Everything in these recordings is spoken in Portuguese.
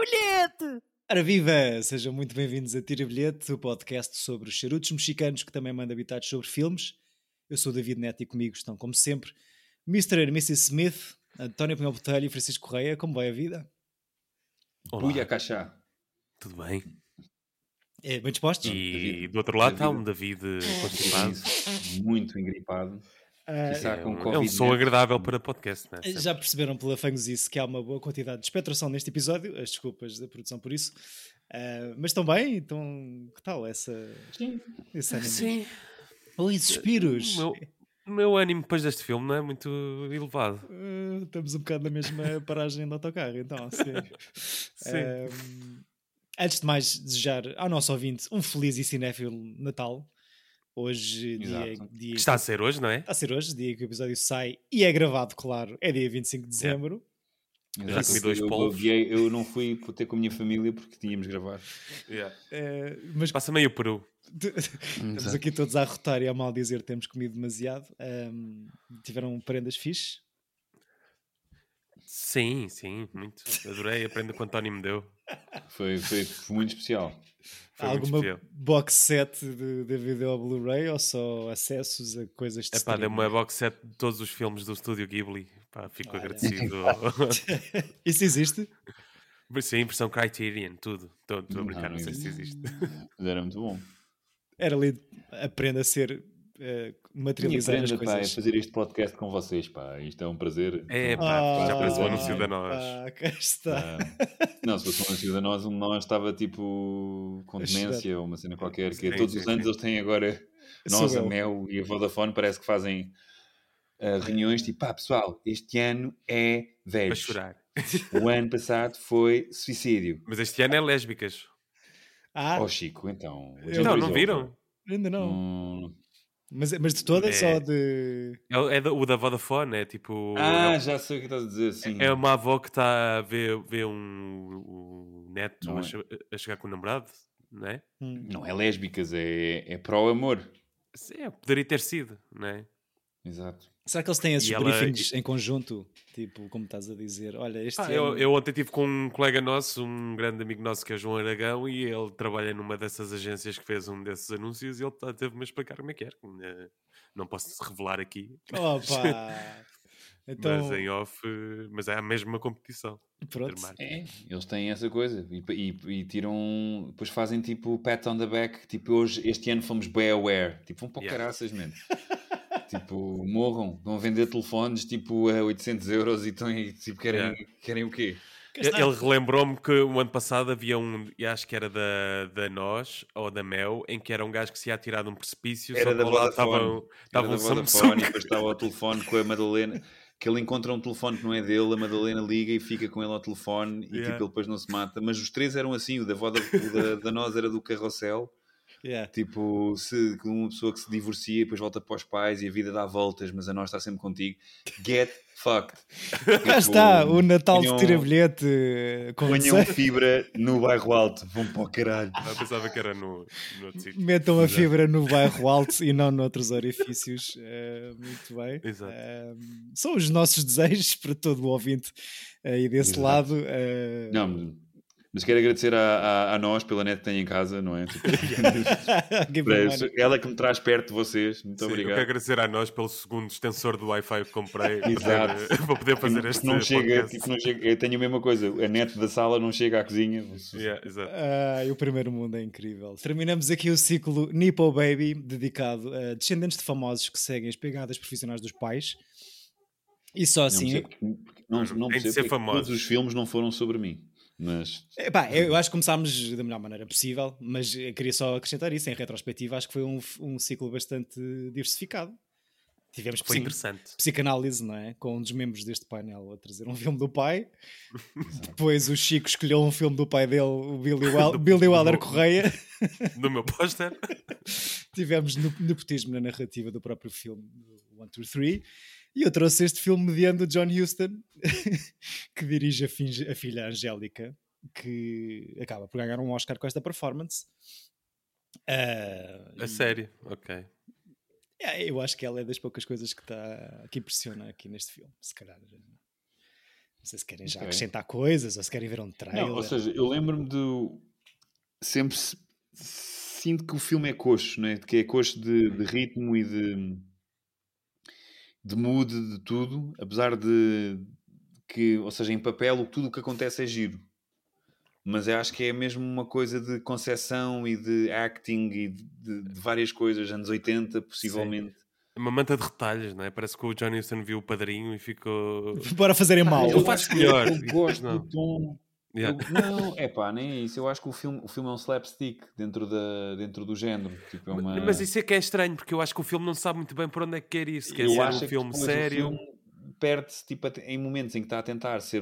bilhete! Ora viva! Sejam muito bem-vindos a Tira Bilhete, o podcast sobre os charutos mexicanos que também manda habitados sobre filmes. Eu sou o David Neto e comigo estão, como sempre, Mr. e Mrs. Smith, António Pinhal Botelho e Francisco Correia. Como vai a vida? Olá. Puia Cachá. Tudo bem? Bem dispostos? E David, do outro lado está David. um David constipado. Muito engripado. Está com É um Covid som agradável para podcast, não é? Já perceberam pela fanguesice que há uma boa quantidade de espectração neste episódio. As desculpas da produção por isso. Mas estão bem? Então, que tal essa... Sim. esse ânimo? Sim. Oi, suspiros! O meu ânimo depois deste filme não é muito elevado. Estamos um bocado na mesma paragem do autocarro, então, sim. Sim. Antes de mais, desejar ao nosso ouvinte um feliz e cinéfilo Natal. Hoje, dia Está a ser hoje, não é? Está a ser hoje, dia que o episódio sai e é gravado, claro, é dia 25 de dezembro. Já comi 2 polvos. Eu não fui ter com a minha família porque tínhamos gravado. Mas passa meio Peru. estamos aqui todos a arrotar e a mal dizer que temos comido demasiado. Tiveram prendas fixes? Sim, muito. Adorei a prenda que o António me deu. Foi muito especial. Foi Há muito alguma especial. box set de DVD ou Blu-ray ou só acessos a coisas de Deu-me streaming? uma box set de todos os filmes do estúdio Ghibli. Fico agradecido. Isso existe? Sim, versão Criterion, tudo. Estou a brincar, não sei se existe. Mas era muito bom. Era ali aprenda a ser materializar as coisas. É fazer este podcast com vocês, pá. Isto é um prazer. Já parece o anúncio da nós. Cá está. Não, se fosse um anúncio da nós, nós estava tipo com demência ou uma cena qualquer. Que todos os anos eles têm agora nós, a Mel e a Vodafone, parece que fazem reuniões tipo, pessoal, este ano é velho. Para chorar. O ano passado foi suicídio. Mas este ano é lésbicas. Chico, então. Não viram? Ainda não. Mas de todas ou de... o da Vodafone, é tipo... já sei o que estás a dizer, sim. É uma avó que está a ver um neto a chegar com o namorado, não é? Não é lésbicas, é pró-amor. Poderia ter sido, não é? Exato. Será que eles têm esses briefings em conjunto? Tipo, como estás a dizer, olha, este ano... Eu ontem estive com um colega nosso, um grande amigo nosso que é João Aragão, e ele trabalha numa dessas agências que fez um desses anúncios e ele teve-me a explicar como é que era. Não posso revelar aqui. Opa! Então... Mas em off, mas é a mesma competição. Pronto. Eles têm essa coisa e tiram, depois fazem tipo pat on the back, tipo hoje, este ano fomos bem aware, tipo vão para o caraças mesmo. Tipo, morram, estão a vender telefones tipo a 800 euros e estão tipo, querem o quê? Ele relembrou-me que o ano passado havia acho que era da Nós ou da Mel, em que era um gajo que se ia tirar de um precipício. Era da Vodafone. Estava um Samsung. E depois estava o telefone com a Madalena, que ele encontra um telefone que não é dele, a Madalena liga e fica com ele ao telefone e tipo, ele depois não se mata. Mas os três eram assim, o da Nós era do Carrossel. Tipo, se uma pessoa que se divorcia e depois volta para os pais e a vida dá voltas, mas a nós está sempre contigo. Get fucked. Cá está, o Natal de Tira Bilhete. Ponham fibra no bairro alto, vão para o caralho. Eu pensava que era no outro sítio. Metam a fibra no bairro alto e não noutros orifícios. Muito bem. Exato. São os nossos desejos para todo o ouvinte aí desse lado. Não, mas quero agradecer a nós pela net que tem em casa, não é? Tipo, ela que me traz perto de vocês. Muito obrigado. Eu quero agradecer a nós pelo segundo extensor do Wi-Fi que comprei para poder fazer este não chega, podcast. não chega, eu tenho a mesma coisa. A net da sala não chega à cozinha. Exato. O primeiro mundo é incrível. Terminamos aqui o ciclo Nippo Baby, dedicado a descendentes de famosos que seguem as pegadas profissionais dos pais. E só assim... Não percebo porque todos os filmes não foram sobre mim. Mas... eu acho que começámos da melhor maneira possível, mas eu queria só acrescentar isso. Em retrospectiva, acho que foi um ciclo bastante diversificado. Tivemos psicanálise, não é? Com um dos membros deste painel a trazer um filme do pai. Depois o Chico escolheu um filme do pai dele, o Billy Wilder Correia. Do meu póster. Tivemos nepotismo na narrativa do próprio filme, 1, 2, 3. E eu trouxe este filme mediano do John Huston, que dirige a filha Angélica, que acaba por ganhar um Oscar com esta performance. A sério? Ok. Eu acho que ela é das poucas coisas que impressiona aqui neste filme, se calhar. Não sei se querem já acrescentar coisas ou se querem ver um trailer. Não, ou seja, eu lembro-me sempre sinto que o filme é coxo, né? Que é coxo de ritmo e de mood, de tudo, apesar de que, ou seja, em papel tudo o que acontece é giro. Mas eu acho que é mesmo uma coisa de concepção e de acting e de várias coisas, anos 80, possivelmente. Sim. Uma manta de retalhos, não é? Parece que o John Huston viu o Padrinho e ficou... Bora fazerem mal. Eu faço melhor. Eu gosto do tom... Yeah. Não, nem é isso. Eu acho que o filme é um slapstick dentro do género. Tipo, Mas isso é que é estranho, porque eu acho que o filme não sabe muito bem por onde é que quer ir. Se quer ser um filme sério... O filme perde-se tipo, em momentos em que está a tentar ser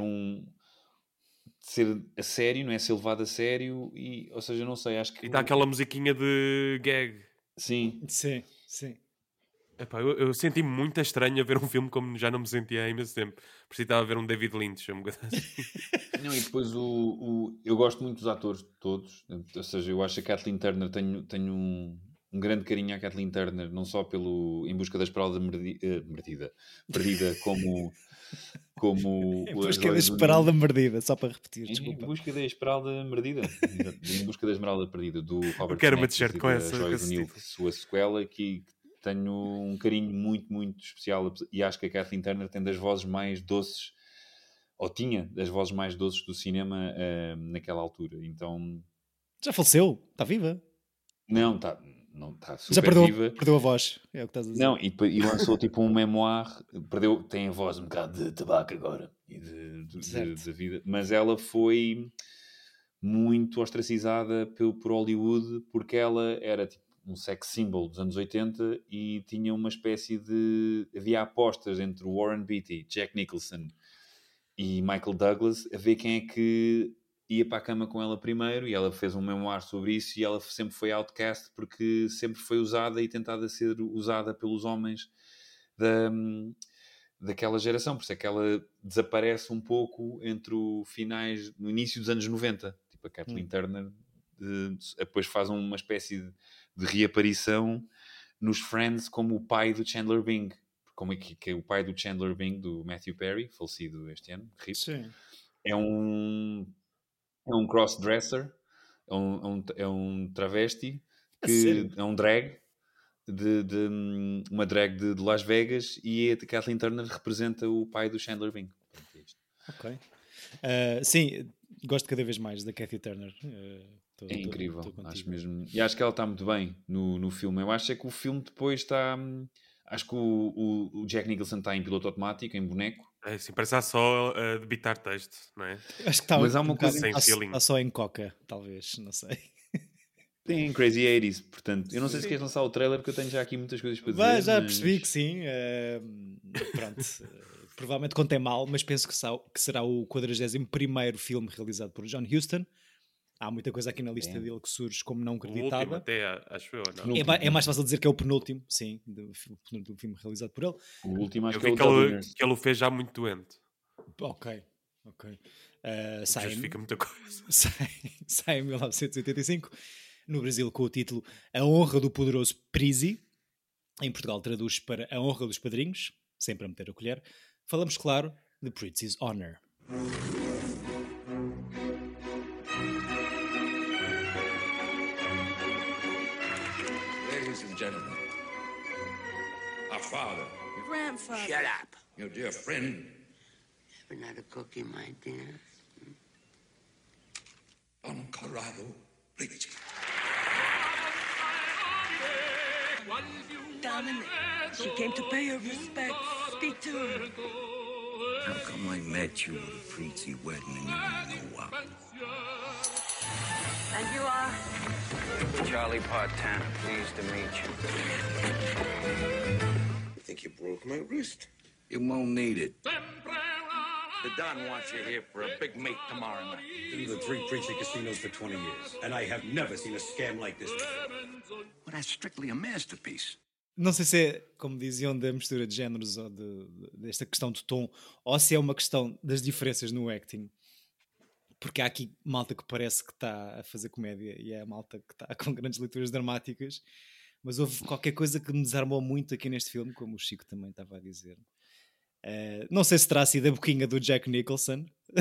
a sério, não é? Ser levado a sério e, ou seja, não sei, acho que... E está aquela musiquinha de gag. Sim. Epá, eu senti-me muito estranho a ver um filme como já não me sentia há imenso tempo. Precisava ver um David Lynch, assim. Não, e depois eu gosto muito dos atores todos, ou seja, eu acho que a Kathleen Turner, tenho um grande carinho à Kathleen Turner, não só pelo Em Busca da Esmeralda Perdida, como Em Busca da Esmeralda Perdida, só para repetir, desculpa. Em Busca da Esmeralda Perdida, Em Busca da Esmeralda Perdida, do Robert Eu quero uma t-shirt com essa, sua sequela, que tenho um carinho muito, muito especial, e acho que a Kathleen Turner tem das vozes mais doces, ou tinha das vozes mais doces do cinema naquela altura. Então... Já faleceu? Está viva? Não está super viva. Perdeu a voz, é o que estás a dizer. Não, e lançou tipo um memoir, tem a voz um bocado de tabaco agora, e de vida, mas ela foi muito ostracizada por Hollywood, porque ela era tipo um sex symbol dos anos 80 e tinha uma espécie de... Havia apostas entre Warren Beatty, Jack Nicholson e Michael Douglas a ver quem é que ia para a cama com ela primeiro, e ela fez um memoir sobre isso, e ela sempre foi outcast porque sempre foi usada e tentada ser usada pelos homens daquela geração. Por isso é que ela desaparece um pouco no início dos anos 90. Tipo, a Kathleen Turner depois faz uma espécie de reaparição nos Friends como o pai do Chandler Bing. Como é que é o pai do Chandler Bing, do Matthew Perry, falecido este ano, Sim. é um crossdresser, é um travesti, que é um drag, uma drag de Las Vegas, e a Kathleen Turner representa o pai do Chandler Bing. Ok. Sim, gosto cada vez mais da Kathleen Turner. É incrível, acho mesmo. E acho que ela está muito bem no filme. Eu acho que o filme depois está... Acho que o Jack Nicholson está em piloto automático, em boneco. É, sim, parece só debitar texto, não é? Acho que está mas há uma coisa sem feeling. Está só em coca, talvez, não sei. Tem Crazy 80s, portanto, eu não sei se queres lançar o trailer, porque eu tenho já aqui muitas coisas para dizer. Já percebi que sim. Pronto. Provavelmente contém mal, mas penso que será o 41º filme realizado por John Huston. Há muita coisa aqui na lista dele que surge como não acreditada. O último até, acho eu, não? É mais fácil dizer que é o penúltimo, sim, do filme realizado por ele. O último acho eu que é o Dubliners. Que ele o fez já muito doente. Ok. Justifica muita coisa. Sai em 1985, no Brasil com o título A Honra do Poderoso Prisi. Em Portugal traduz para A Honra dos Padrinhos, sempre a meter a colher. Falamos, claro, de Prizzi's Honor. Ladies and gentlemen, our father, your grandfather, shut up, your dear friend. Ever not a cookie, my dear? Don Corrado Prizzi. Dominic, she came to pay her respects. Speak to her. How come I met you at a Prizzi wedding and you didn't know what? And you are? Charlie Partana, pleased to meet you. I think you broke my wrist. You won't need it. The Don wants you here for a big meet tomorrow night. Been to 3 Prizzi casinos for 20 years, and I have never seen a scam like this before. Well, that's strictly a masterpiece. Não sei se é, como diziam, da mistura de géneros ou desta questão do tom, ou se é uma questão das diferenças no acting. Porque há aqui malta que parece que está a fazer comédia e é a malta que está com grandes leituras dramáticas, mas houve qualquer coisa que me desarmou muito aqui neste filme, como o Chico também estava a dizer. Não sei se terá sido a boquinha do Jack Nicholson.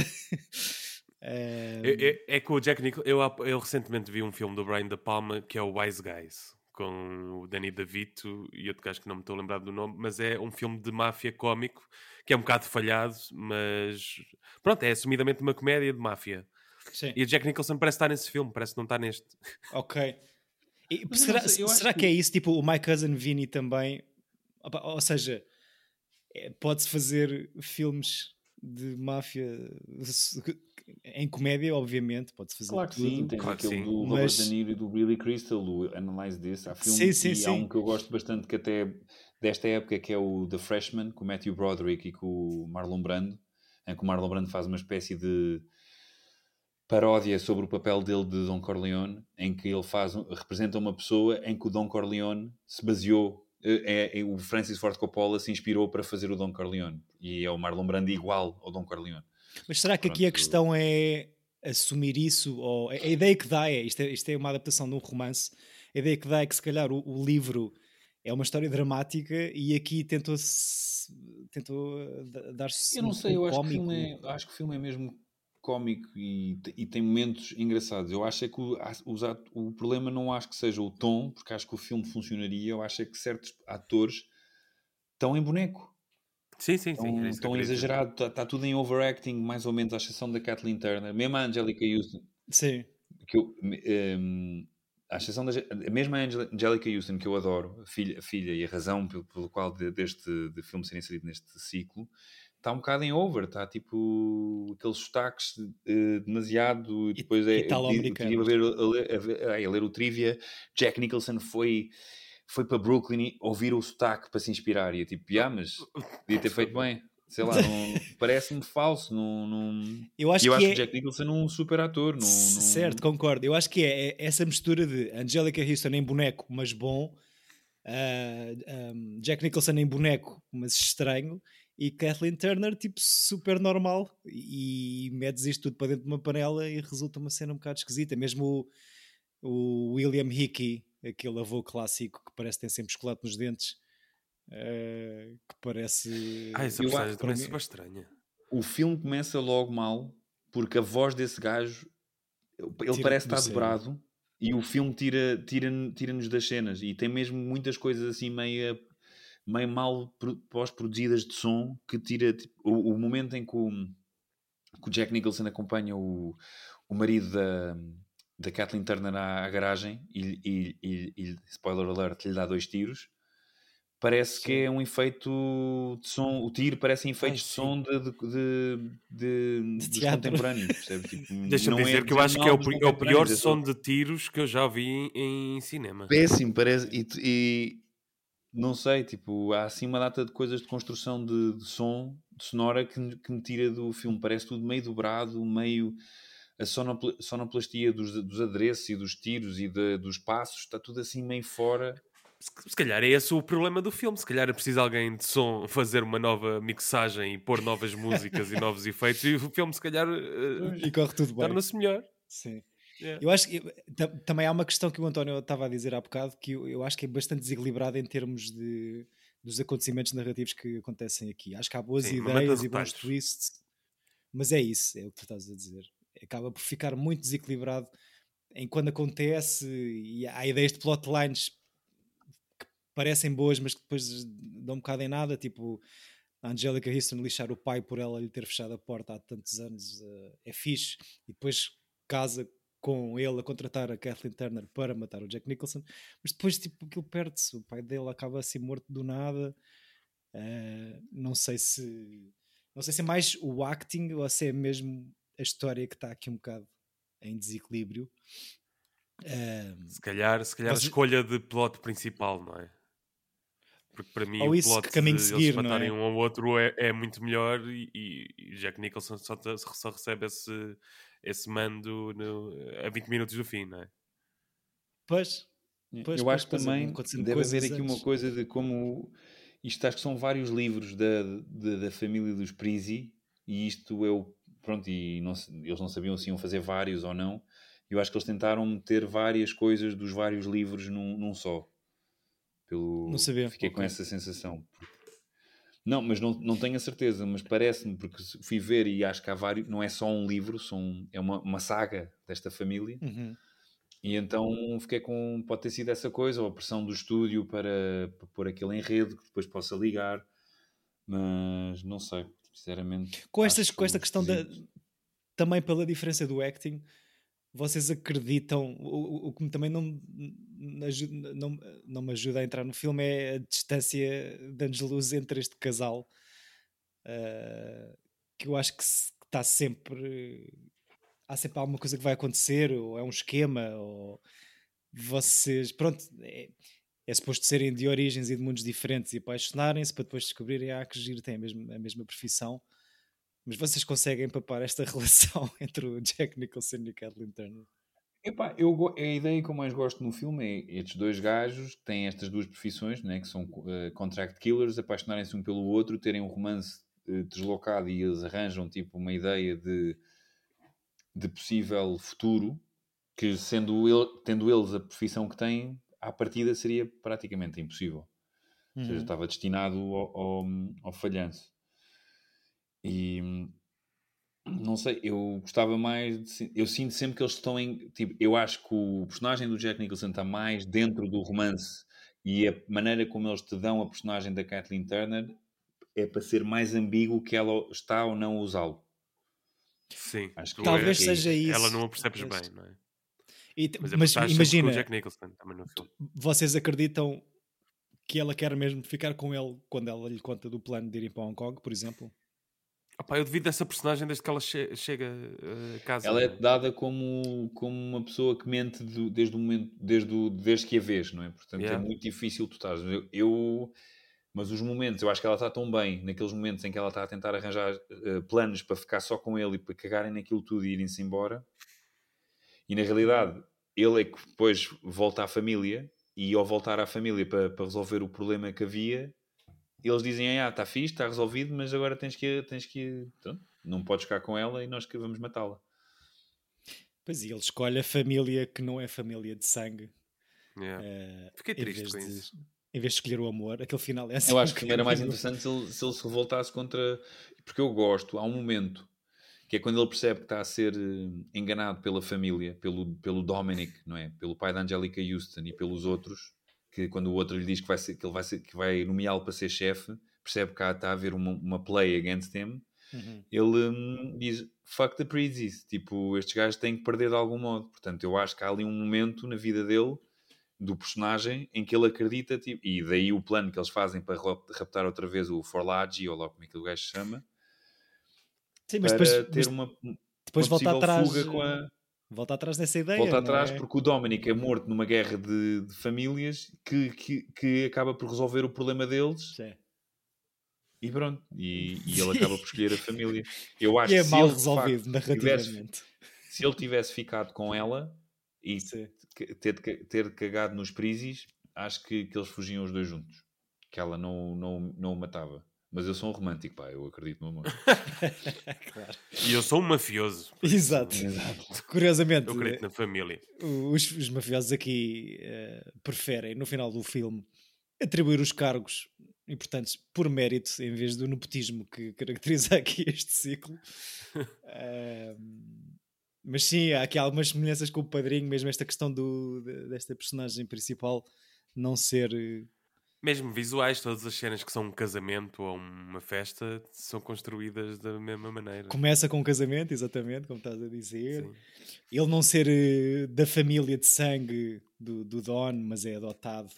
É que o Jack Nicholson... Eu recentemente vi um filme do Brian De Palma que é o Wise Guys, com o Danny DeVito e outro gajo que não me estou a lembrar do nome, mas é um filme de máfia cómico que é um bocado falhado, mas pronto, é assumidamente uma comédia de máfia. Sim. E o Jack Nicholson parece estar nesse filme, parece que não está neste. Ok. Será que é isso? Tipo, o My Cousin Vinny também... Ou seja, pode-se fazer filmes de máfia em comédia, obviamente, pode-se fazer claro que tudo. sim, tens claro aquele sim. do Robert De Niro e do Billy Crystal, o Analyze This. Há filmes sim. há um que eu gosto bastante que até desta época, que é o The Freshman, com o Matthew Broderick e com o Marlon Brando, em que o Marlon Brando faz uma espécie de paródia sobre o papel dele de Don Corleone, em que ele representa uma pessoa em que o Don Corleone se baseou, o Francis Ford Coppola se inspirou para fazer o Don Corleone, e é o Marlon Brando igual ao Don Corleone. Mas será que aqui a questão é assumir isso? Ou a ideia que dá isto é uma adaptação de um romance, a ideia que dá é que se calhar o livro é uma história dramática e aqui tentou dar-se Eu não sei, eu acho que cómico. o filme é mesmo cómico e tem momentos engraçados. Eu acho é que o problema não acho que seja o tom, porque acho que o filme funcionaria. Eu acho é que certos atores estão em boneco. Sim. Estão exagerado, está tudo em overacting, mais ou menos, à exceção da Kathleen Turner. Mesmo a Angelica Houston. Sim. À exceção mesmo a Angelica Houston, que eu adoro, a filha e a razão pelo qual deste filme ser inserido neste ciclo, está um bocado em over, está tipo aqueles sotaques demasiado. E depois italo-americano. a ler o trivia. Jack Nicholson foi para Brooklyn ouvir o sotaque para se inspirar, e eu tipo, mas podia ter feito bem. Sei lá, parece-me falso. Eu acho que Jack Nicholson é um super ator. Certo, concordo. Eu acho que é essa mistura de Angelica Houston em boneco, mas bom, Jack Nicholson em boneco, mas estranho, e Kathleen Turner, tipo, super normal, e metes isto tudo para dentro de uma panela e resulta uma cena um bocado esquisita. Mesmo o William Hickey, aquele avô clássico que parece que tem sempre chocolate nos dentes, que parece... essa personagem também é super estranha. O filme começa logo mal, porque a voz desse gajo, ele parece estar dobrado, e o filme tira-nos das cenas, e tem mesmo muitas coisas assim meio mal pós-produzidas de som, que tira tipo, o momento em que o Jack Nicholson acompanha o marido da Kathleen Turner à garagem e spoiler alert, lhe dá 2 tiros. Parece que é um efeito de som. O tiro parece efeitos de som dos contemporâneos, percebes? Tipo, deixa-me dizer que eu acho que é o pior som de tiros que eu já vi em cinema. Péssimo, parece. E não sei, tipo, há assim uma data de coisas de construção de som, de sonora, que me tira do filme. Parece tudo meio dobrado, meio... A sonoplastia dos adereços e dos tiros e dos passos, está tudo assim meio fora. Se calhar é esse o problema do filme. Se calhar é preciso alguém de som fazer uma nova mixagem e pôr novas músicas e novos efeitos, e o filme se calhar e corre tudo bem. Torna-se melhor. Sim. Yeah. Eu acho que também há uma questão que o António estava a dizer há bocado, que eu acho que é bastante desequilibrado em termos dos acontecimentos narrativos que acontecem aqui. Acho que há boas ideias e bons twists, mas é isso, é o que tu estás a dizer. Acaba por ficar muito desequilibrado em quando acontece, e há ideias de plotlines que parecem boas, mas que depois dão um bocado em nada, tipo a Angelica Houston lixar o pai por ela lhe ter fechado a porta há tantos anos, é fixe, e depois casa com ele a contratar a Kathleen Turner para matar o Jack Nicholson, mas depois tipo, aquilo perde-se, o pai dele acaba assim morto do nada. Não sei se é mais o acting ou se é mesmo a história que está aqui um bocado em desequilíbrio. Se calhar a escolha de plot principal, não é? Porque para mim o plot de eles matarem um ao outro é muito melhor, e Jack Nicholson só recebe esse mando a 20 minutos do fim, não é? Pois eu acho que também deve haver aqui uma coisa de como isto, acho que são vários livros da família dos Prisi, e isto pronto, e eles não sabiam se iam fazer vários ou não. Eu acho que eles tentaram meter várias coisas dos vários livros num só. Não sabia. Fiquei com essa sensação. Não, mas não tenho a certeza, mas parece-me, porque fui ver e acho que há vários, não é só um livro, é uma saga desta família. E então fiquei com, pode ter sido essa coisa, ou a pressão do estúdio para pôr aquele enredo que depois possa ligar, mas não sei, sinceramente. Com esta questão também pela diferença do acting, vocês acreditam, o que também não me ajuda a entrar no filme é a distância de anos-luz entre este casal, que eu acho que está sempre... Há sempre alguma coisa que vai acontecer, ou é um esquema, ou vocês... Pronto, é suposto serem de origens e de mundos diferentes e apaixonarem-se para depois descobrirem que giro tem a mesma profissão. Mas vocês conseguem papar esta relação entre o Jack Nicholson e Kathleen Turner? Epá, a ideia que eu mais gosto no filme é estes dois gajos que têm estas duas profissões, né, que são contract killers, apaixonarem-se um pelo outro, terem um romance deslocado e eles arranjam tipo uma ideia de possível futuro que, tendo eles a profissão que têm, à partida seria praticamente impossível. Ou seja, estava destinado ao falhanço. E não sei, eu gostava mais eu sinto sempre que eles estão em... Tipo, eu acho que o personagem do Jack Nicholson está mais dentro do romance e a maneira como eles te dão a personagem da Kathleen Turner é para ser mais ambíguo que ela está ou não a usá-lo. Sim, acho que talvez seja isso. Ela não a percebes bem, não é? Mas imagina, Jack Nicholson, também no filme. Vocês acreditam que ela quer mesmo ficar com ele quando ela lhe conta do plano de irem para Hong Kong, por exemplo? Opa, eu devido dessa personagem desde que ela chega a casa. Ela é dada como uma pessoa que mente desde que a vês, não é? Portanto, é muito difícil tu estás... Mas os momentos, eu acho que ela está tão bem naqueles momentos em que ela está a tentar arranjar planos para ficar só com ele e para cagarem naquilo tudo e irem-se embora. E na realidade, ele é que depois volta à família e ao voltar à família para resolver o problema que havia, eles dizem, está fixe, está resolvido, mas agora tens que então, não podes ficar com ela e nós que vamos matá-la. Pois, e ele escolhe a família que não é família de sangue. Fiquei triste com isso. Em vez de escolher o amor, aquele final é assim. Eu acho que era mais interessante se ele se revoltasse contra... Porque eu gosto, há um momento que é quando ele percebe que está a ser enganado pela família, pelo Dominic, não é? Pelo pai da Angelica Houston e pelos outros, que quando o outro lhe diz que vai nomeá-lo para ser chefe, percebe que está a haver uma play against him, ele diz, fuck the Preezies, tipo, estes gajos têm que perder de algum modo. Portanto, eu acho que há ali um momento na vida dele, do personagem, em que ele acredita, tipo, e daí o plano que eles fazem para raptar outra vez o Forlagi, ou lá como é que o gajo se chama. Sim, mas depois ter depois volta atrás, fuga volta atrás dessa ideia. Volta atrás porque o Dominic é morto numa guerra de famílias que acaba por resolver o problema deles. Sim. E pronto. E ele acaba por escolher a família. Eu acho e é que mal resolvido narrativamente. Se ele tivesse ficado com ela e ter cagado nos Preezies, acho que eles fugiam os dois juntos. Que ela não o matava. Mas eu sou um romântico, pá, eu acredito no amor. Claro. E eu sou um mafioso. Exato. Curiosamente, eu acredito na família. Os mafiosos aqui preferem, no final do filme, atribuir os cargos importantes por mérito, em vez do nepotismo que caracteriza aqui este ciclo. Mas sim, há aqui algumas semelhanças com o Padrinho, mesmo esta questão desta personagem principal não ser... Mesmo visuais, todas as cenas que são um casamento ou uma festa são construídas da mesma maneira. Começa com um casamento, exatamente, como estás a dizer. Sim. Ele não ser da família de sangue do Don, mas é adotado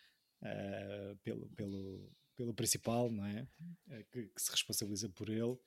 pelo principal, não é? Que se responsabiliza por ele.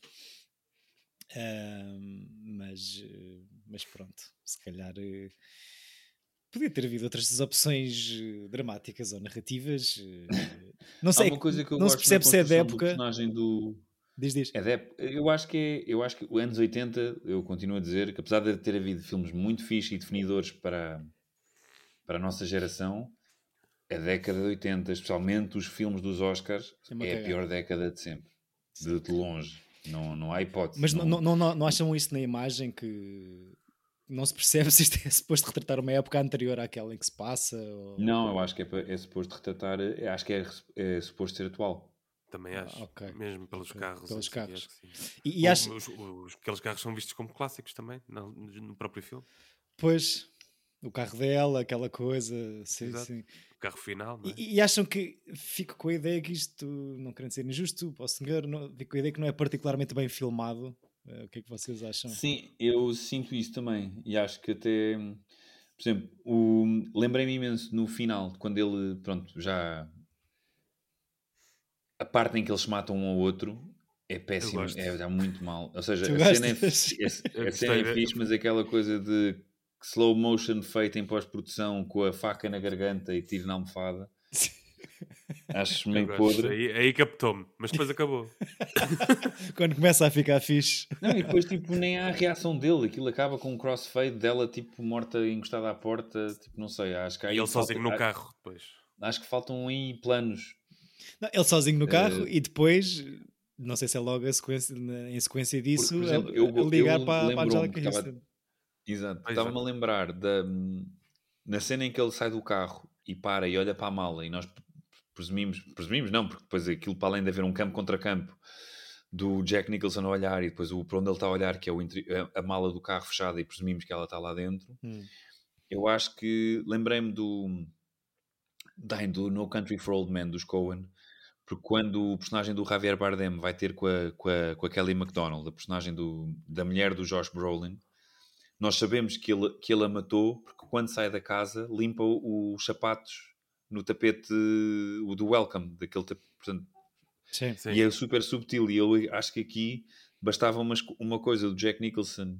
Mas pronto, se calhar... Podia ter havido outras opções dramáticas ou narrativas. Não sei, há uma coisa que eu não gosto se percebe se é de época. Do personagem do... Diz. É de época. Eu acho que os anos 80, eu continuo a dizer que apesar de ter havido filmes muito fixes e definidores para a nossa geração, a década de 80, especialmente os filmes dos Oscars, é a pior década de sempre. De longe. Não há hipótese. Mas não acham isso na imagem que... Não se percebe se isto é suposto retratar uma época anterior àquela em que se passa? Ou... Não, eu acho que é suposto retratar... Acho que é suposto ser atual. Também acho. Okay. Mesmo pelos carros. Pelos carros. E acho... aqueles carros são vistos como clássicos também, no próprio filme. Pois, o carro dela, aquela coisa. Sim, sim. O carro final, não é? E acham que... Fico com a ideia que isto, não querendo ser injusto, posso senhor, fico com a ideia que não é particularmente bem filmado. O que é que vocês acham? Sim, eu sinto isso também. E acho que até... Por exemplo, lembrei-me imenso no final, quando ele, pronto, já... A parte em que eles se matam um ao outro é péssimo, é muito mal. Ou seja, a cena é fixe, mas aquela coisa de slow motion feita em pós-produção com a faca na garganta e tiro na almofada. Acho meio podre. Aí captou-me, mas depois acabou. Quando começa a ficar fixe. Não, e depois tipo, nem há a reação dele. Aquilo acaba com um crossfade dela tipo morta encostada à porta. Tipo, não sei, acho que e ele sozinho no carro depois. Acho que faltam aí planos. Não, ele sozinho no carro e depois, não sei se é logo em sequência disso, porque, por exemplo, a ligar para a Angélica Houston. Exato, estava-me a lembrar na cena em que ele sai do carro e para e olha para a mala e nós presumimos não, porque depois aquilo para além de haver um campo contra campo do Jack Nicholson a olhar e depois para onde ele está a olhar, que é a mala do carro fechada e presumimos que ela está lá dentro. Eu acho que lembrei-me do No Country for Old Men dos Coen, porque quando o personagem do Javier Bardem vai ter com a Kelly MacDonald, a personagem da mulher do Josh Brolin, nós sabemos que ele a matou porque quando sai da casa limpa os sapatos no tapete do Welcome, daquele tapete, portanto, sim. E é super subtil, e eu acho que aqui bastava uma coisa do Jack Nicholson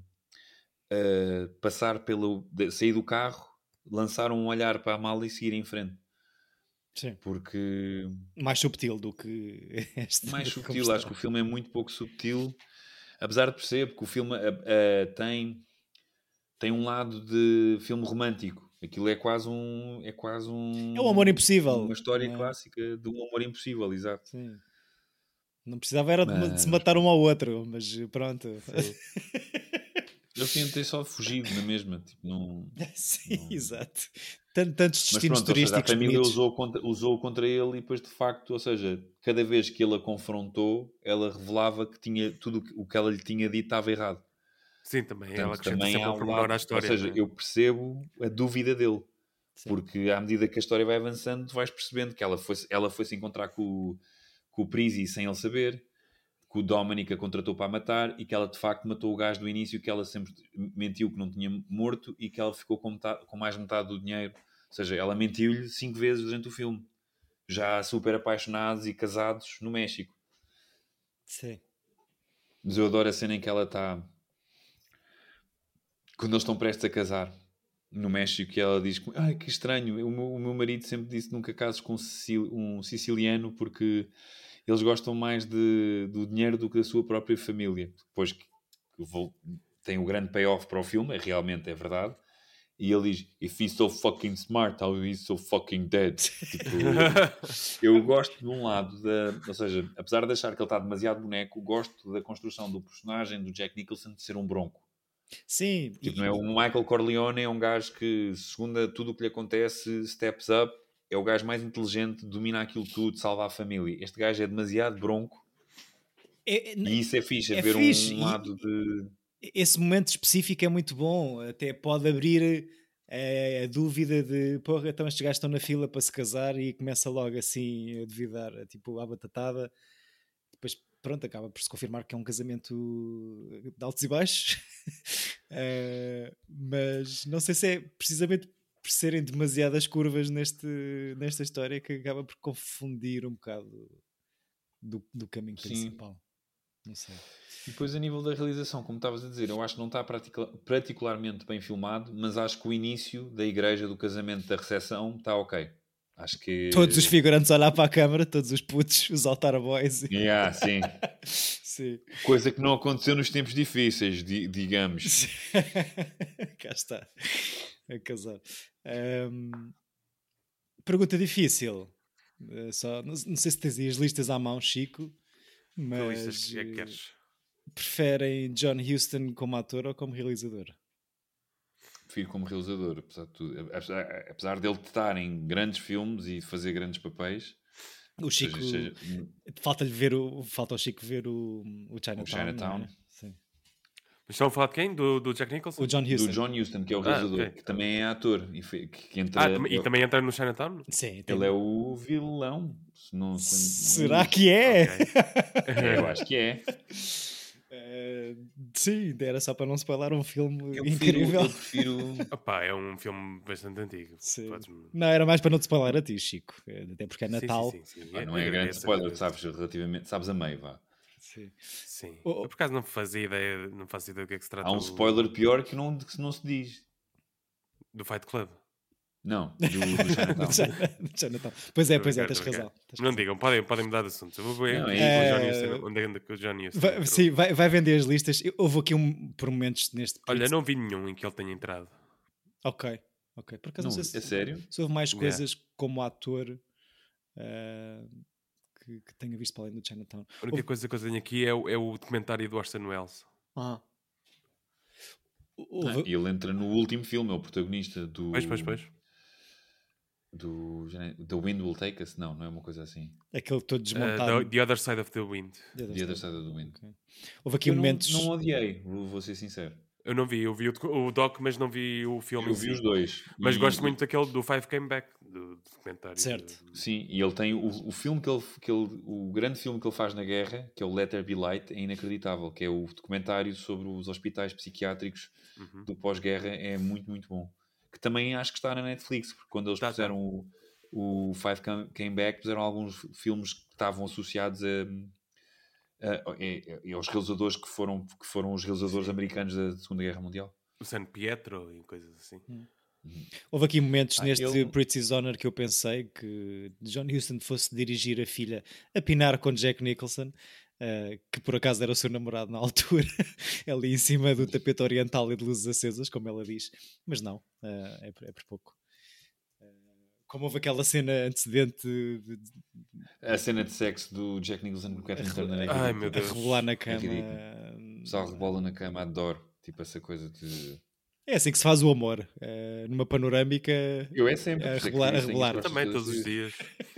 sair do carro, lançar um olhar para a mala e seguir em frente. Sim. Porque... Mais subtil do que este. Mais subtil, acho que o filme é muito pouco subtil, apesar de perceber que o filme tem um lado de filme romântico. Aquilo é quase um... É um amor impossível. Uma história clássica de um amor impossível, exato. Sim. Não precisava era de se matar um ao outro, mas pronto. Eu tentei só fugir na mesma. Tipo, não, sim, exato. Tantos destinos turísticos. Ou seja, a família usou contra ele e depois de facto, ou seja, cada vez que ele a confrontou, ela revelava que tinha tudo o que ela lhe tinha dito estava errado. Sim, também. Portanto, ela acrescenta sempre um pormenor à história. Ou seja, eu percebo a dúvida dele. Sim. Porque à medida que a história vai avançando, tu vais percebendo que ela foi se encontrar com o Prisi sem ele saber, que o Dominic a contratou para matar e que ela de facto matou o gajo do início, que ela sempre mentiu que não tinha morto e que ela ficou com mais metade do dinheiro. Ou seja, ela mentiu-lhe 5 vezes durante o filme. Já super apaixonados e casados no México. Sim. Mas eu adoro a cena em que ela está... Quando eles estão prestes a casar no México, e ela diz: ai, que estranho, o meu marido sempre disse nunca cases com um siciliano porque eles gostam mais do dinheiro do que da sua própria família. Depois tem o grande payoff para o filme, realmente é verdade. E ele diz: if he's so fucking smart, how is so fucking dead? Tipo, eu gosto de um lado, ou seja, apesar de achar que ele está demasiado boneco, gosto da construção do personagem do Jack Nicholson de ser um bronco. Sim. Tipo, não é o Michael Corleone, é um gajo que, segundo tudo o que lhe acontece, steps up, é o gajo mais inteligente, domina aquilo tudo, salva a família. Este gajo é demasiado bronco e isso é fixe, ver um lado de... Esse momento específico é muito bom, até pode abrir a dúvida de, porra, então estes gajos estão na fila para se casar e começa logo assim a duvidar, tipo, à batatada. Depois, pronto, acaba por se confirmar que é um casamento de altos e baixos. Mas não sei se é precisamente por serem demasiadas curvas nesta história que acaba por confundir um bocado do caminho principal. Não sei. E depois a nível da realização, como estavas a dizer, eu acho que não está particularmente bem filmado, mas acho que o início da igreja, do casamento, da recepção, está ok. Acho que... Todos os figurantes a olhar para a câmara, todos os putos, os altar boys. Sim. Sim. Coisa que não aconteceu nos tempos difíceis, digamos. Cá está. A casar. Pergunta difícil. Não sei se tens aí as listas à mão, Chico, mas... Que listas é que queres? Preferem John Huston como ator ou como realizador? Prefiro como realizador, apesar de tudo. Apesar dele estar em grandes filmes e fazer grandes papéis, O Chico... Falta ao Chico ver o Chinatown. O Chinatown. Não é? Sim. Estão a falar de quem? Do Jack Nicholson? O John Huston. Do John Huston, que é o realizador, okay. que também é ator. Que entra, e também entra no Chinatown? Sim. Ele é o vilão. Será que é? Okay. Eu acho que é. Sim, era só para não spoiler um filme incrível. Eu prefiro... Opa, é um filme bastante antigo. Não, era mais para não te spoiler a ti, Chico. Até porque é Natal. Sim. não é grande spoiler, sabes relativamente. Sabes a meio, vá. Sim. Eu por acaso não faço ideia do que é que se trata. Há um spoiler pior que não se diz. Do Fight Club? Não, do Chinatown. Pois é, tens razão. Não digam, podem mudar de assunto. Eu vou ver onde anda com o Johnny Huston. Sim, vai vender as listas. Houve aqui por momentos neste... Olha, não vi nenhum em que ele tenha entrado. Ok. Por acaso não sei se... É sério? Se houve mais coisas como ator... que tenha visto para além do Chinatown. A única coisa que eu tenho aqui é o documentário do Orson Welles. Ele entra no último filme, é o protagonista do... Pois. Do The Wind Will Take Us? Não é uma coisa assim. Aquele todo desmontado. The Other Side of the Wind. The Other Side of the Wind. Okay. Houve aqui momentos... Não odiei, vou ser sincero. Eu não vi, eu vi o doc, mas não vi o filme. Eu vi os dois. Mas gosto muito daquele do Five Came Back, do documentário. Certo. Sim, e ele tem o filme o grande filme que ele faz na guerra, que é o Let There Be Light, é inacreditável, que é o documentário sobre os hospitais psiquiátricos do pós-guerra, é muito, muito bom. Que também acho que está na Netflix, porque quando eles puseram o Five Came Back, puseram alguns filmes que estavam associados aos realizadores que foram os realizadores americanos da Segunda Guerra Mundial. O San Pietro e coisas assim. Houve aqui momentos neste Pretty Honor que eu pensei que John Huston fosse dirigir a filha a pinar com Jack Nicholson, que por acaso era o seu namorado na altura, ali em cima do tapete oriental e de luzes acesas, como ela diz. Mas não, é por pouco. Como houve aquela cena antecedente... A cena de sexo do Jack Nicholson com o Catherine Turner. Ai, meu Deus. A rebolar na cama. O pessoal rebola na cama, adoro. Tipo essa coisa de... É assim que se faz o amor. Numa panorâmica... Eu é sempre. A rebolar. Eu também, todos os dias.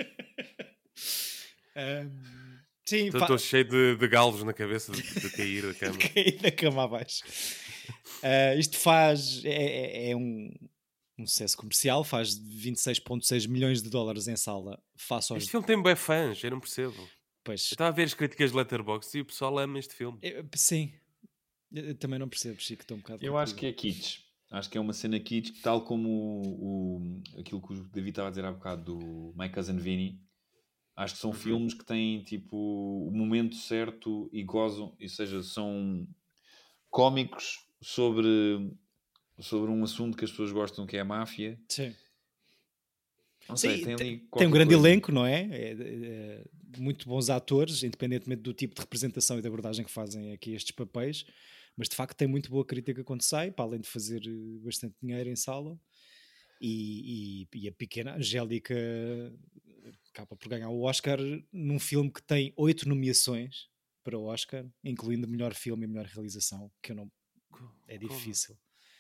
Sim, estou cheio de galos na cabeça de cair da cama. Cair da cama abaixo. Isto é um sucesso comercial, faz 26,6 milhões de dólares em sala. Este filme tem bué fãs, eu não percebo. Pois. Eu estava a ver as críticas de Letterboxd e o pessoal ama este filme. Sim, eu também não percebo, Chico, estou um bocado... Eu acho que é kitsch. Acho que é uma cena kitsch, tal como aquilo que o David estava a dizer há bocado do My Cousin Vinny. Acho que são filmes que têm tipo o momento certo e gozam, ou seja, são cómicos sobre um assunto que as pessoas gostam, que é a máfia. Sim. Não sei, Sim, tem um grande elenco, não é? Muito bons atores, independentemente do tipo de representação e de abordagem que fazem aqui estes papéis, mas de facto tem muito boa crítica quando sai, para além de fazer bastante dinheiro em sala. E a pequena Angélica acaba por ganhar o Oscar num filme que tem 8 nomeações para o Oscar, incluindo melhor filme e melhor realização, que eu não... É difícil.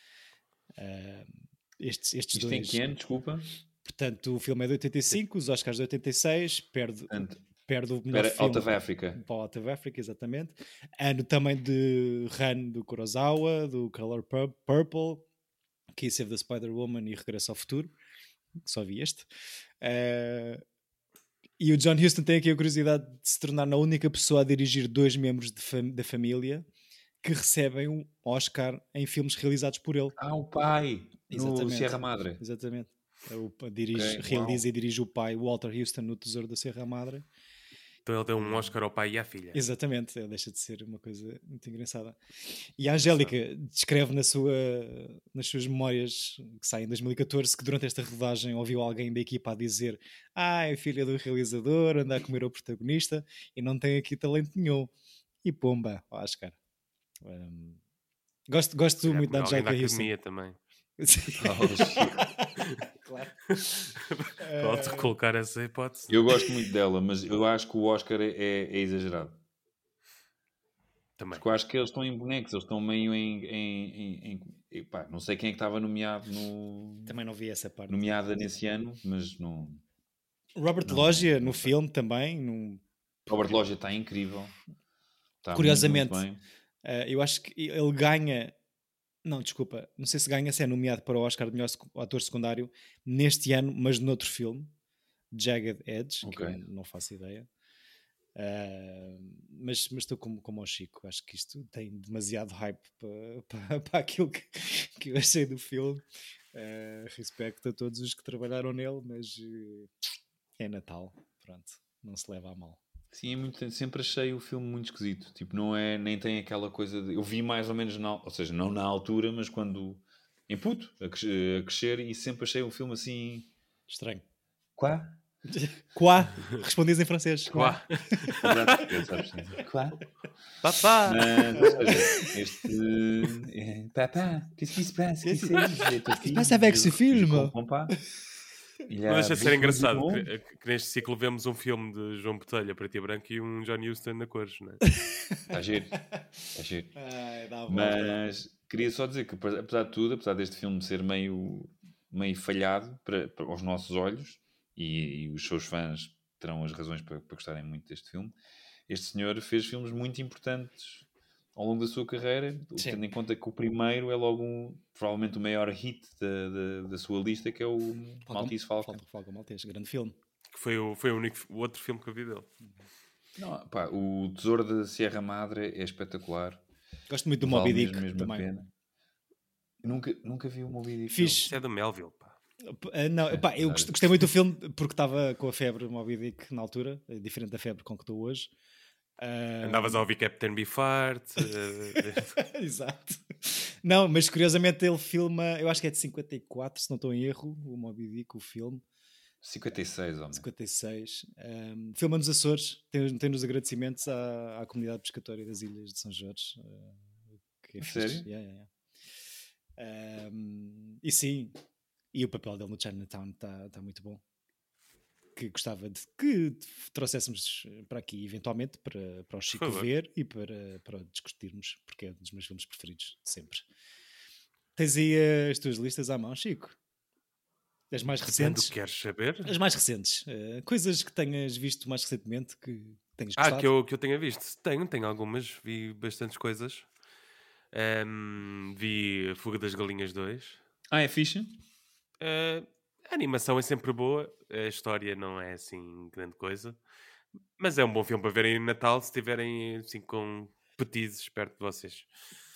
Estes isto dois... tem que ano, desculpa? Portanto, o filme é de 85, os Oscars de 86, perde o melhor filme. Out of Africa. Para Out of Africa, exatamente. Ano também de Run, do Kurosawa, do Color Purple, Kiss of the Spider-Woman e Regresso ao Futuro. Só vi este. E o John Huston tem aqui a curiosidade de se tornar a única pessoa a dirigir 2 membros da família que recebem um Oscar em filmes realizados por ele. O pai, exatamente. No Sierra Madre. Exatamente. Realiza e dirige o pai, Walter Huston, no Tesouro da Sierra Madre. Então ele deu um Oscar ao pai e à filha. Exatamente, deixa de ser uma coisa muito engraçada. E a Angélica descreve nas suas memórias, que saem em 2014, que durante esta rodagem ouviu alguém da equipa a dizer: é filha do realizador, anda a comer o protagonista e não tem aqui talento nenhum. E pomba, Oscar. Gosto muito da Angélica Huston. Também. Claro. Pode colocar essa hipótese. Eu gosto muito dela, mas eu acho que o Oscar é exagerado. Também. Porque eu acho que eles estão em bonecos, eles estão meio não sei quem é que estava nomeado Também não vi essa parte. nomeada nesse ano, mas não... Robert Loggia no filme também. Robert Loggia está incrível. Está curiosamente, muito bem. eu acho que ele ganha... Não, desculpa. Não sei se ganha, se é nomeado para o Oscar de melhor ator secundário neste ano, mas noutro filme. Jagged Edge, que eu não faço ideia. Mas estou como ao Chico. Acho que isto tem demasiado hype para aquilo que eu achei do filme. Respeito a todos os que trabalharam nele, mas é Natal. Pronto, não se leva a mal. Sim, sempre achei o filme muito esquisito. Tipo, não é, nem tem aquela coisa de... Eu vi mais ou menos, ou seja, não na altura, mas quando em puto, a crescer, e sempre achei um filme assim... Estranho. Quá? Quá. Respondias em francês. Quá. Quá. Papá. Mas, Papá, qu'est-ce qui se passe? Qu'est-ce qui se passe avec ce film? Não deixa de ser engraçado que neste ciclo vemos um filme de João Botelho preto e branco e um John Huston a cores, não é? Está giro. Mas queria só dizer que, apesar de tudo, apesar deste filme ser meio falhado para os nossos olhos, e os seus fãs terão as razões para gostarem muito deste filme, este senhor fez filmes muito importantes ao longo da sua carreira, tendo em conta que o primeiro é logo provavelmente o maior hit da sua lista, que é o Maltese Falcon. Falcon Maltese, grande filme. Que foi o outro filme que eu vi dele. Não, pá, o Tesouro da Sierra Madre é espetacular. Gosto muito do Moby Dick também. Pena. Nunca vi o Moby Dick. Isso é do Melville, pá. Não, pá, eu gostei muito do filme porque estava com a febre Moby Dick na altura, diferente da febre com que estou hoje. Andavas a ouvir Captain Beefheart. Exato. Não, mas curiosamente ele filma, eu acho que é de 54, se não estou em erro, o Moby Dick, o filme. 56, homem. 56. Filma nos Açores, tem nos agradecimentos à comunidade pescatória das Ilhas de São Jorge. Que é sério? Yeah. E sim, e o papel dele no Chinatown está muito bom. Que gostava de que trouxéssemos para aqui, eventualmente, para o Chico ver e para discutirmos, porque é um dos meus filmes preferidos, sempre. Tens aí as tuas listas à mão, Chico? As mais recentes? Queres saber? As mais recentes. Coisas que tenhas visto mais recentemente, que tenhas gostado. Que eu tenha visto. Tenho algumas. Vi bastantes coisas. Vi A Fuga das Galinhas 2. É fixe? A animação é sempre boa, a história não é assim grande coisa, mas é um bom filme para verem no Natal se estiverem assim com petizes perto de vocês.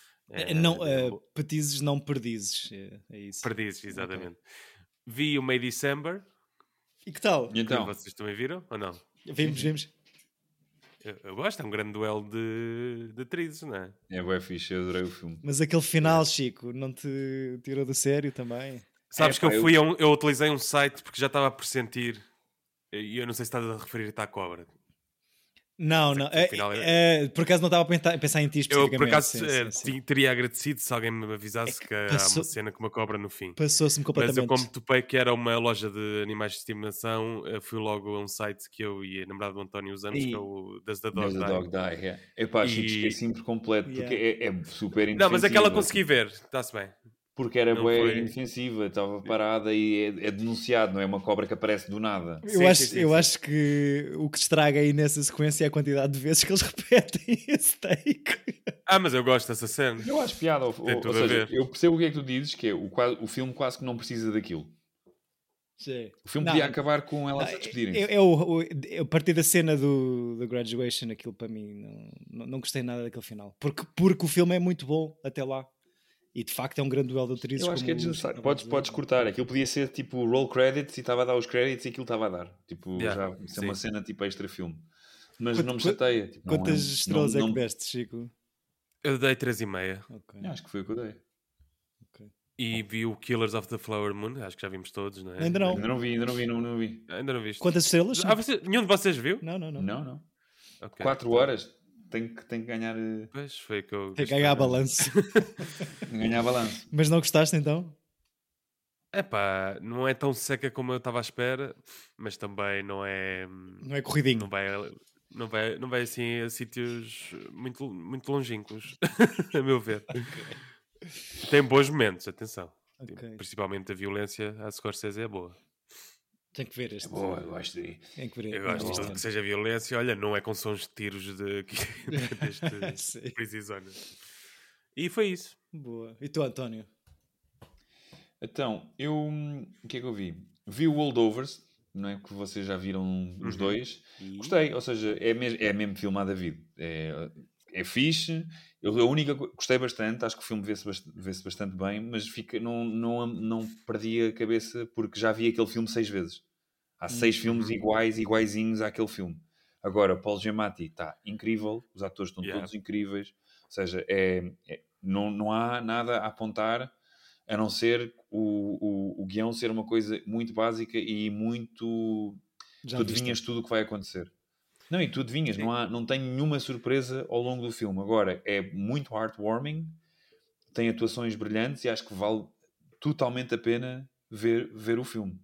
Petizes, não perdizes. É isso. Perdizes, exatamente. Okay. Vi o May December. E que tal? Então? Vocês também viram ou não? Vimos. Eu gosto, é um grande duelo de atrizes, não é? É bem fixe, eu adorei o filme. Mas aquele final, Chico, não te tirou do sério também? Sabes que eu utilizei um site porque já estava a pressentir, e eu não sei se estás a referir-te à cobra. Não. Por acaso não estava a pensar em ti especificamente. Eu, por acaso, teria agradecido se alguém me avisasse que há uma cena com uma cobra no fim. Passou-se-me completamente. Mas eu, como topei que era uma loja de animais de estimação, fui logo a um site que eu e a namorada do António usamos, que é o Does the Dog Die. Yeah. Epá, esqueci por completo, porque é super indefensiva. Não, mas aquela consegui ver, está-se bem. Porque era bué indefensiva, estava parada e é denunciado, não é uma cobra que aparece do nada. Eu acho que o que estraga aí nessa sequência é a quantidade de vezes que eles repetem esse take. Mas eu gosto dessa cena. Eu acho piada, ou seja, eu percebo o que é que tu dizes, que é o filme quase que não precisa daquilo. Sim. O filme podia acabar com elas a despedirem-se. A partir da cena do Graduation, aquilo para mim, não gostei nada daquele final. Porque o filme é muito bom até lá. E de facto é um grande duelo de atrizes. Eu acho que é desnecessário. Podes cortar. Aquilo podia ser tipo roll credits e estava a dar os credits e aquilo estava a dar. Tipo, já isso é uma cena tipo extra filme. Mas não me chateia. Tipo, quantas estrelas é que deste, Chico? Eu dei 3,5. Okay. Acho que foi o que eu dei. Okay. E vi o Killers of the Flower Moon. Acho que já vimos todos, não é? Ainda não vi. Ainda não viste. Quantas estrelas? Nenhum de vocês viu? Não. Okay. 4 horas. Tem que ganhar. Pois foi que eu. Tem que ganhar balanço. Ganhar balanço. Mas não gostaste então? Epá, não é tão seca como eu estava à espera, mas também não é. Não é corridinho. Não vai assim a sítios muito, muito longínquos, a meu ver. Okay. Tem bons momentos, atenção. Okay. Principalmente a violência à Scorsese é boa. Tem que ver este. Boa, eu gosto de... Tem que ver. Eu gosto de tudo que seja violência. Olha, não é com sons de tiros deste Prison Zone. E foi isso. Boa. E tu, António? Então, o que é que eu vi? Vi o Holdovers, não é? Que vocês já viram os dois. Gostei, ou seja, é mesmo filmado a vida. É fixe. Gostei bastante, acho que o filme vê-se bastante bem, mas não perdi a cabeça porque já vi aquele filme 6 vezes. Há 6 filmes iguaizinhos àquele filme. Agora, Paul Giamatti está incrível, os atores estão todos incríveis, ou seja, não há nada a apontar a não ser o guião ser uma coisa muito básica e muito... Tu adivinhas tudo o que vai acontecer. Não, e tu adivinhas, não tem nenhuma surpresa ao longo do filme. Agora, é muito heartwarming, tem atuações brilhantes e acho que vale totalmente a pena ver o filme.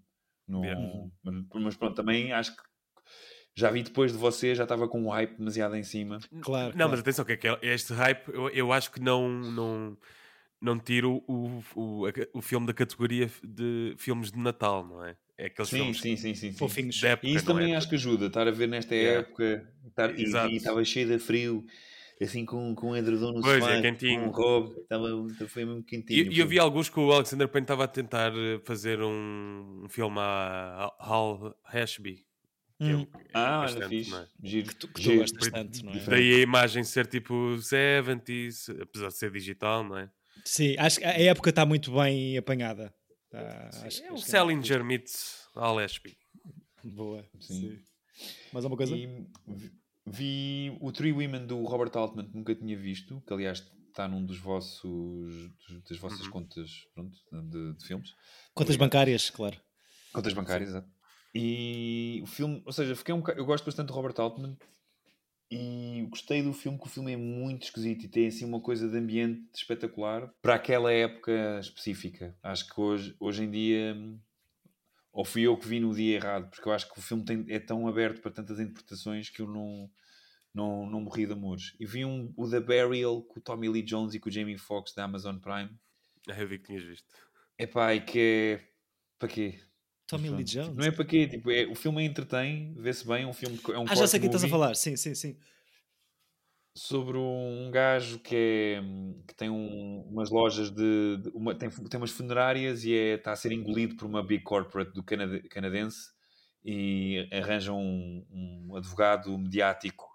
Mas pronto, também acho que já vi depois de você, já estava com um hype demasiado em cima. Claro. Mas atenção, que é este hype, eu acho que não tiro o filme da categoria de filmes de Natal, não é? É aqueles filmes fofinhos de época, e isso também acho que ajuda, estar a ver nesta época, e estava cheio de frio, assim com um edredom no sofá, com um robe, foi mesmo quentinho. E eu vi alguns que o Alexander Payne estava a tentar fazer um filme a Hal Ashby. Olha, fixe. É? Giro. Que tu gostas tanto, não é? Daí a imagem ser tipo 70s, apesar de ser digital, não é? Sim, acho que a época está muito bem apanhada. É um Salinger meets Hal Ashby. Boa, sim. Mais alguma coisa? E vi o Three Women do Robert Altman, que nunca tinha visto, que aliás está num das vossas contas, pronto, de filmes. Contas bancárias, claro. Contas bancárias, exato. E o filme, ou seja, eu gosto bastante do Robert Altman e gostei do filme, que o filme é muito esquisito e tem assim uma coisa de ambiente espetacular para aquela época específica. Acho que hoje em dia, ou fui eu que vi no dia errado, porque eu acho que o filme é tão aberto para tantas interpretações que eu não morri de amores. E vi o The Burial com o Tommy Lee Jones e com o Jamie Foxx da Amazon Prime. Eu vi que tinhas visto. Epá, e que é... Para quê? Tommy Lee Jones? Tipo, não é para quê? Tipo, o filme entretém, vê-se bem, um filme... É um já sei o que estás a falar. Sim. Sobre um gajo que tem umas lojas tem umas funerárias e está a ser engolido por uma big corporate do canadense e arranja um advogado mediático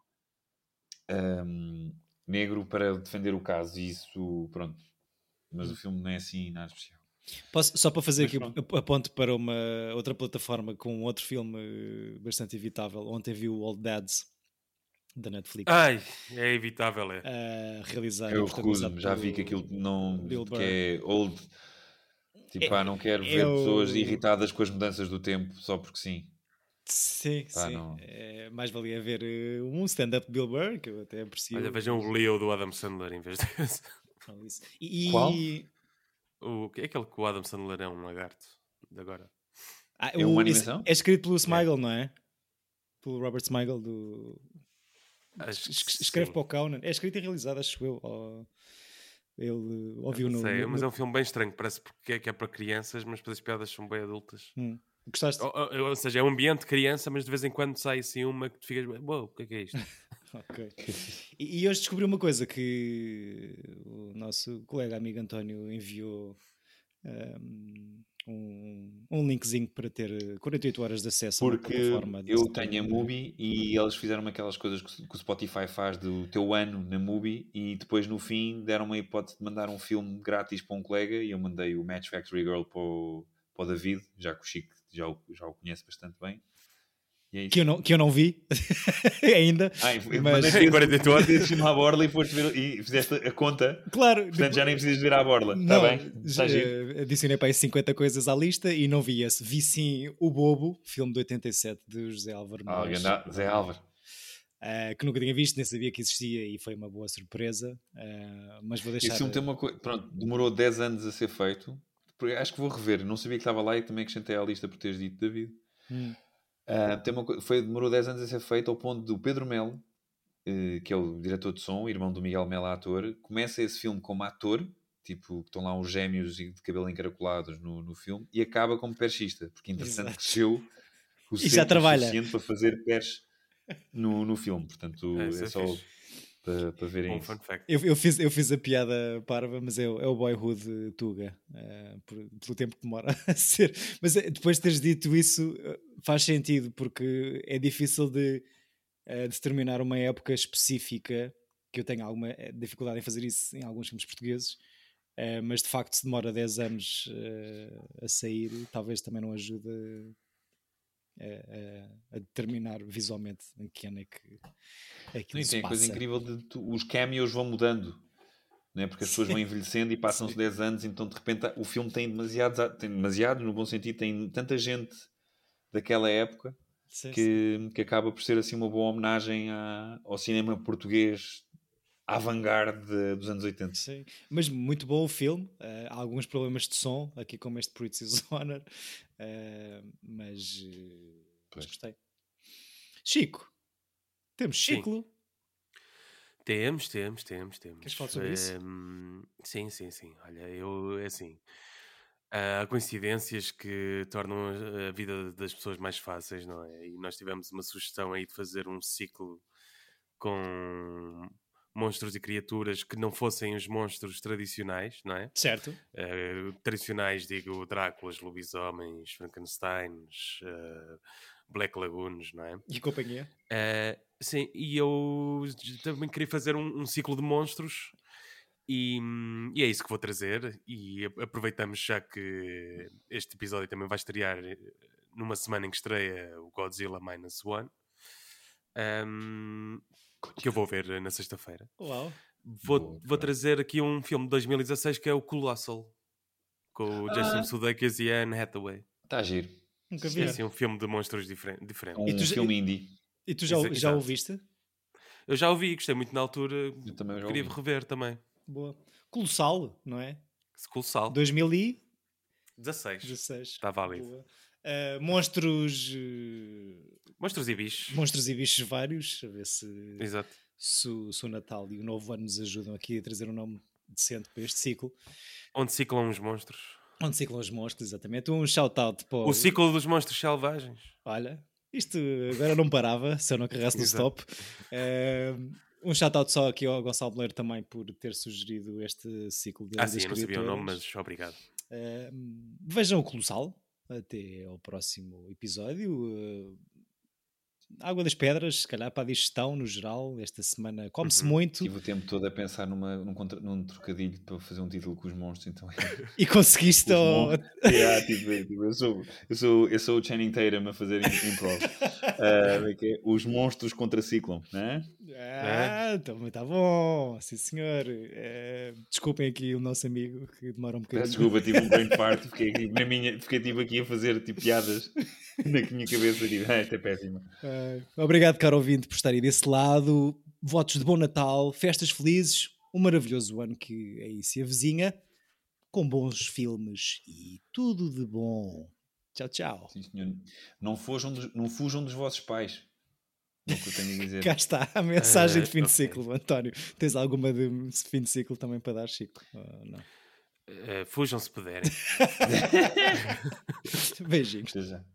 negro para defender o caso, e isso, pronto. Mas o filme não é assim nada especial. Só para fazer aqui a ponte para uma outra plataforma com outro filme bastante evitável. Ontem vi o Old Dads da Netflix. Ai, é evitável, é. Realizar. Eu recuso-me, já vi que aquilo não... que é old... Tipo, não quero ver pessoas irritadas com as mudanças do tempo só porque sim. Sim. Não... mais valia ver um stand-up de Bill Burr, que eu até aprecio. Olha, vejam o Leo do Adam Sandler em vez desse. Qual? É aquele que o Adam Sandler é um lagarto de agora. É uma animação? É escrito pelo Smigel, não é? Pelo Robert Smigel escreve para o Conan. É escrito e realizado, acho eu. Ele ouviu no... Mas é um filme bem estranho. Parece porque é para crianças, mas depois as piadas são bem adultas. Gostaste? Ou seja, é um ambiente de criança, mas de vez em quando sai assim uma que tu ficas... Uou, o que é isto? Ok. E hoje descobri uma coisa que o nosso colega amigo António enviou um linkzinho para ter 48 horas de acesso a uma plataforma. Porque eu tenho a Mubi e eles fizeram aquelas coisas que o Spotify faz do teu ano na Mubi e depois no fim deram uma hipótese de mandar um filme grátis para um colega e eu mandei o Match Factory Girl para o David, já que o Chico já o conhece bastante bem. E é que eu não vi ainda. Mas em 48 horas à borla e fizeste a conta. Claro. Portanto, já nem precisas ver à borla. Está bem? Adicionei para aí 50 coisas à lista e não vi esse. Vi sim O Bobo, filme de 87 de José Álvaro. José Álvaro. Que nunca tinha visto, nem sabia que existia e foi uma boa surpresa. Mas vou deixar... Esse filme tem uma coisa... Pronto, demorou 10 anos a ser feito. Acho que vou rever. Não sabia que estava lá e também acrescentei à lista por teres dito, David. Demorou 10 anos a ser feito ao ponto do Pedro Melo, que é o diretor de som, irmão do Miguel Melo, ator, começa esse filme como ator, tipo, estão lá uns gêmeos de cabelo encaracolados no filme, e acaba como perchista, porque interessante cresceu o e já trabalha suficiente para fazer cash no filme. Portanto, é só para verem isso. Eu fiz a piada parva, mas é o Boyhood Tuga, pelo tempo que demora a ser. Mas depois de teres dito isso, faz sentido, porque é difícil de determinar uma época específica, que eu tenho alguma dificuldade em fazer isso em alguns filmes portugueses, mas de facto se demora 10 anos a sair, talvez também não ajude a determinar visualmente em que ano é que aquilo se tem passa. A coisa incrível de os cameos vão mudando, né? Porque as pessoas vão envelhecendo e passam-se 10 anos, então de repente o filme tem demasiado, no bom sentido, tem tanta gente daquela época que acaba por ser assim uma boa homenagem ao cinema português avant-garde dos anos 80. Sim, mas muito bom o filme. Há alguns problemas de som, aqui como este Princess Honor, mas gostei. Chico, temos ciclo? Temos. Queres falar sobre isso? Sim. Olha, assim, há coincidências que tornam a vida das pessoas mais fáceis, não é? E nós tivemos uma sugestão aí de fazer um ciclo com monstros e criaturas que não fossem os monstros tradicionais, não é? Certo. Tradicionais, digo, Dráculas, lobisomens, Frankensteins, Black Lagoons, não é? E companhia. Sim, e eu também queria fazer um ciclo de monstros e é isso que vou trazer. E aproveitamos já que este episódio também vai estrear numa semana em que estreia o Godzilla Minus One. Que eu vou ver na sexta-feira. Uau. Vou trazer aqui um filme de 2016 que é o Colossal, com o Jason Sudeikis e a Anne Hathaway. Está a giro. Nunca vi. É assim, um filme de monstros diferente. Um filme indie. E tu já o viste? Eu já o vi, gostei muito na altura. Eu também queria rever também. Boa. Colossal, não é? Colossal. 2016. Está válido. Monstros... Monstros e bichos. Monstros e bichos vários. A ver se o Natal e o Novo Ano nos ajudam aqui a trazer um nome decente para este ciclo. Onde ciclam os monstros. Onde ciclam os monstros, exatamente. Um shout-out para o ciclo dos monstros selvagens. Olha, isto agora não parava se eu não carregasse no stop. Um shout-out só aqui ao Gonçalo Moleiro também por ter sugerido este ciclo de sim, eu não sabia o nome, mas obrigado. Vejam o Colossal. Até ao próximo episódio. Água das Pedras, se calhar para a digestão no geral. Esta semana come-se muito. Tive o tempo todo a pensar num trocadilho para fazer um título com os monstros. Então... E conseguiste? Eu sou o Channing Tatum a fazer improv. Os monstros contraciclam, não é? Então está bom, sim senhor. Desculpem aqui o nosso amigo que demora um bocadinho. Desculpa, tive um brain fart, fiquei aqui a fazer piadas na minha cabeça. Esta é péssima. Obrigado, caro ouvinte, por estarem desse lado. Votos de bom Natal, festas felizes, um maravilhoso ano que aí se avizinha, com bons filmes e tudo de bom. Tchau, tchau. Sim, senhor. Não fujam dos vossos pais. É o que eu tenho a dizer. Cá está a mensagem de fim de ciclo, António. Tens alguma de fim de ciclo também para dar, Chico? Não? Fujam se puderem. Beijinhos. Até já.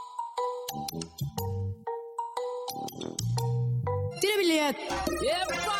Tira bilhete.